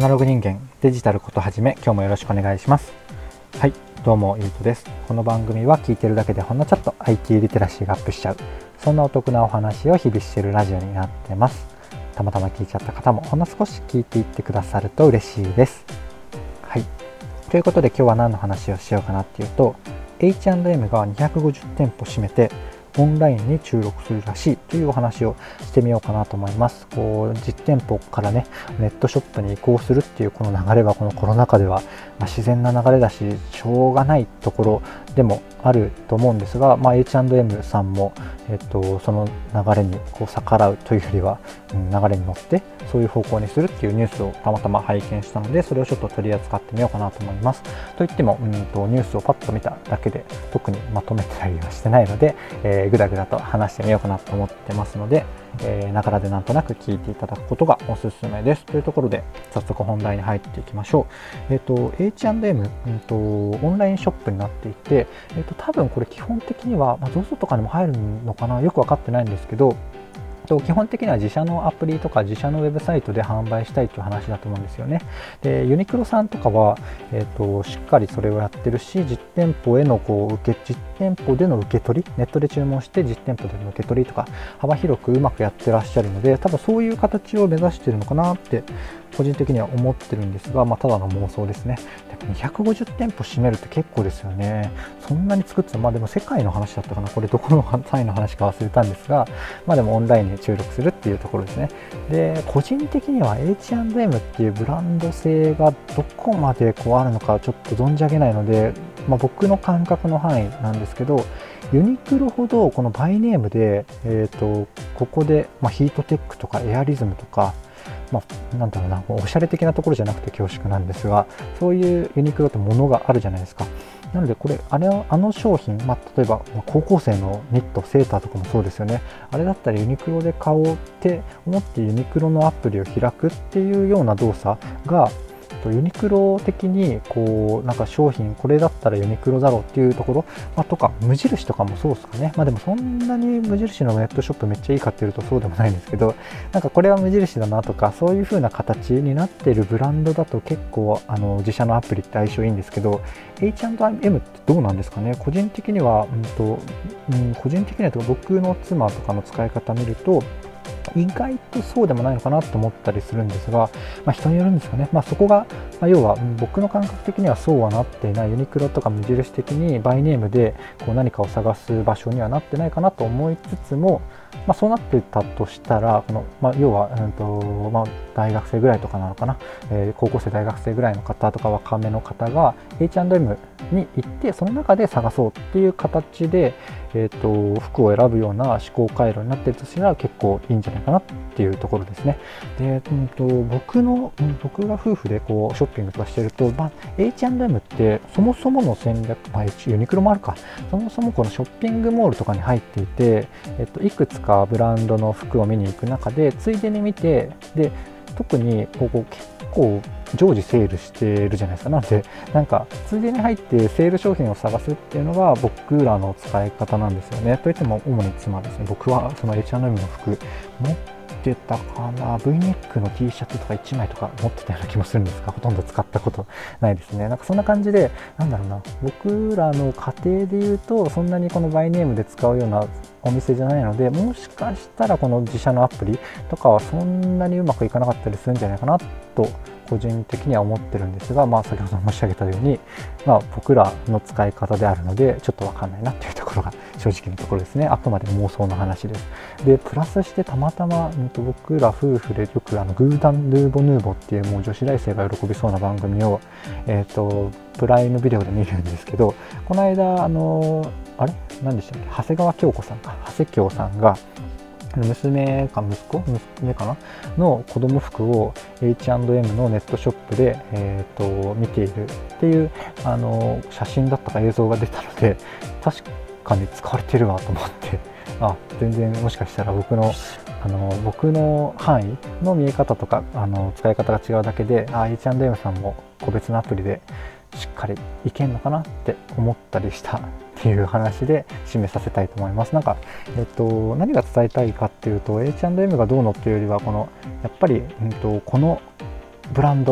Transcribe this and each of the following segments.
ナログ人間デジタルことはじめ、今日もよろしくお願いします。はい、どうもゆうとです。この番組は聞いてるだけでほんのちょっと IT リテラシーがアップしちゃう、そんなお得なお話を日々しているラジオになってます。たまたま聞いちゃった方もほんの少し聞いていってくださると嬉しいです。はい、ということで今日は何の話をしようかなっていうと、 H&M が250店舗閉めてオンラインに注力するらしいというお話をしてみようかなと思います。実店舗からね、ネットショップに移行するっていうこの流れは、このコロナ禍では自然な流れだし、しょうがないところでもあると思うんですが、H&M さんも、その流れに逆らうというよりは、流れに乗ってそういう方向にするっていうニュースをたまたま拝見したので、それをちょっと取り扱ってみようかなと思います。といってもニュースをパッと見ただけで特にまとめたりはしてないので、ぐだぐだと話してみようかなと思ってますので、ながらでなんとなく聞いていただくことがおすすめですというところで、早速本題に入っていきましょう。H&M、オンラインショップになっていて、多分これ基本的には、ZOZO とかにも入るのかな、よく分かってないんですけど、基本的には自社のアプリとか自社のウェブサイトで販売したいという話だと思うんですよね。で、ユニクロさんとかは、しっかりそれをやってるし、実店舗への実店舗での受け取り、ネットで注文して実店舗での受け取りとか幅広くうまくやってらっしゃるので、多分そういう形を目指しているのかなって個人的には思ってるんですが、ただの妄想ですね。でも250店舗閉めるって結構ですよね。そんなに作ってた、でも世界の話だったかな、これどこの単位の話か忘れたんですが、でもオンラインに注力するっていうところですね。で、個人的には H&M っていうブランド性がどこまであるのかちょっと存じ上げないので、僕の感覚の範囲なんですけど、ユニクロほどこのバイネームで、ここで、ヒートテックとかエアリズムとか、なんだろうな、おしゃれ的なところじゃなくて恐縮なんですが、そういうユニクロってものがあるじゃないですか。なのでこれあの商品、例えば高校生のニットセーターとかもそうですよね。あれだったらユニクロで買おうって思ってユニクロのアプリを開くっていうような動作が、ユニクロ的になんか商品これだったらユニクロだろうっていうところ、とか無印とかもそうですかね。でもそんなに無印のネットショップめっちゃいいかっていうとそうでもないんですけど、なんかこれは無印だなとか、そういう風な形になっているブランドだと結構自社のアプリって相性いいんですけど、 H&M ってどうなんですかね。個人的には個人的にはとか、僕の妻とかの使い方見ると意外とそうでもないのかなと思ったりするんですが、人によるんですかね。そこが、要は僕の感覚的にはそうはなっていない、ユニクロとか無印的にバイネームで何かを探す場所にはなってないかなと思いつつも、そうなってたとしたら、要は、大学生ぐらいとかなのかな、高校生大学生ぐらいの方とか若めの方が H&M に行ってその中で探そうっていう形で、服を選ぶような思考回路になっているとしたら結構いいんじゃないかなっていうところですね。で、僕が夫婦でショッピングとかしてると、H&M ってそもそもの戦略、ユニクロもあるか、そもそもこのショッピングモールとかに入っていて、いくつかブランドの服を見に行く中でついでに見て、で特に結構常時セールしてるじゃないですか。なのでなんかついでに入ってセール商品を探すっていうのが僕らの使い方なんですよね。といっても主に妻ですね。僕はその H&M の服持ってたかな、 V ネックの T シャツとか1枚とか持ってたような気もするんですが、ほとんど使ったことないですね。なんかそんな感じで、僕らの家庭でいうとそんなにこのバイネームで使うようなお店じゃないので、もしかしたらこの自社のアプリとかはそんなにうまくいかなかったりするんじゃないかなと個人的には思ってるんですが、先ほど申し上げたように、僕らの使い方であるのでちょっと分かんないなっていうところが正直なところですね。あくまで妄想の話です。でプラスしてたまたま、僕ら夫婦でよくグーダンヌーボヌーボっていうもう女子大生が喜びそうな番組を、プライムビデオで見るんですけど、この間何でしたっけ、長谷川京子さんか、長谷京さんが娘か娘かなの子供服を H&M のネットショップで、見ているっていう写真だったか映像が出たので、確かに使われてるわと思って、全然もしかしたら僕の範囲の見え方とか使い方が違うだけで、H&M さんも個別のアプリでしっかりいけんのかなって思ったりしたっていう話で締めさせたいと思います。何が伝えたいかっていうと、 H&M がどうのっていうよりは、やっぱり、このブランド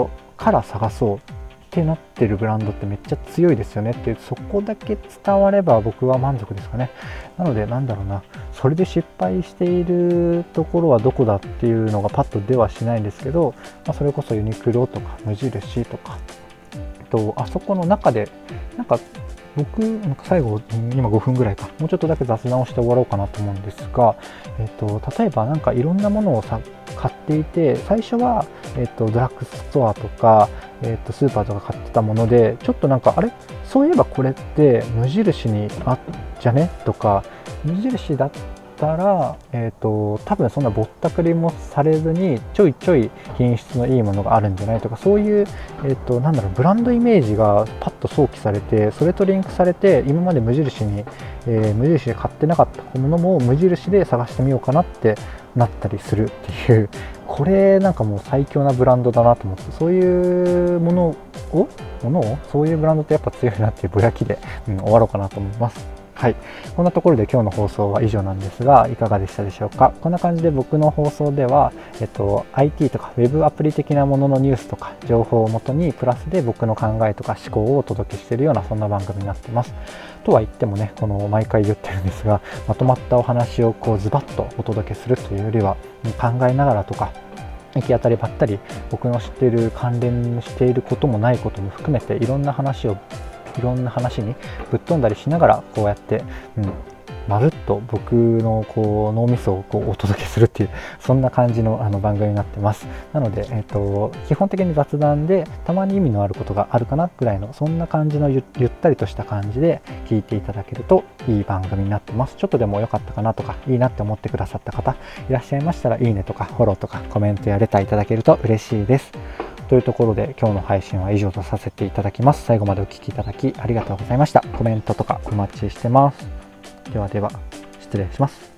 から探そうってなってるブランドってめっちゃ強いですよねって、そこだけ伝われば僕は満足ですかね。なのでそれで失敗しているところはどこだっていうのがパッと出はしないんですけど、それこそユニクロとか無印とかあそこの中で僕最後今5分ぐらいか、もうちょっとだけ雑談をして終わろうかなと思うんですが、例えばいろんなものを買っていて、最初は、ドラッグストアとか、スーパーとか買ってたもので、ちょっとあれそういえばこれって無印にあっじゃねとか、無印だったら、多分そんなぼったくりもされずにちょいちょい品質のいいものがあるんじゃないとか、そういう、ブランドイメージがパッと想起されて、それとリンクされて、今まで無印で買ってなかったものも無印で探してみようかなってなったりするっていう、これもう最強なブランドだなと思って、そういうものをそういうブランドってやっぱ強いなっていうぼやきで、終わろうかなと思います。はい、こんなところで今日の放送は以上なんですが、いかがでしたでしょうか。こんな感じで僕の放送では、IT とか Web アプリ的なもののニュースとか情報をもとにプラスで僕の考えとか思考をお届けしているような、そんな番組になっています。とは言ってもね、この毎回言ってるんですが、まとまったお話をズバッとお届けするというよりは、考えながらとか行き当たりばったり、僕の知っている関連していることもないことも含めて、いろんな話にぶっ飛んだりしながら、こうやって、まるっと僕の脳みそをお届けするっていう、そんな感じの番組になってます。なので、基本的に雑談でたまに意味のあることがあるかなぐらいの、そんな感じのゆったりとした感じで聞いていただけるといい番組になってます。ちょっとでも良かったかなとか、いいなって思ってくださった方いらっしゃいましたら、いいねとかフォローとかコメントやレターいただけると嬉しいです。というところで今日の配信は以上とさせていただきます。最後までお聞きいただきありがとうございました。コメントとかお待ちしてます。では失礼します。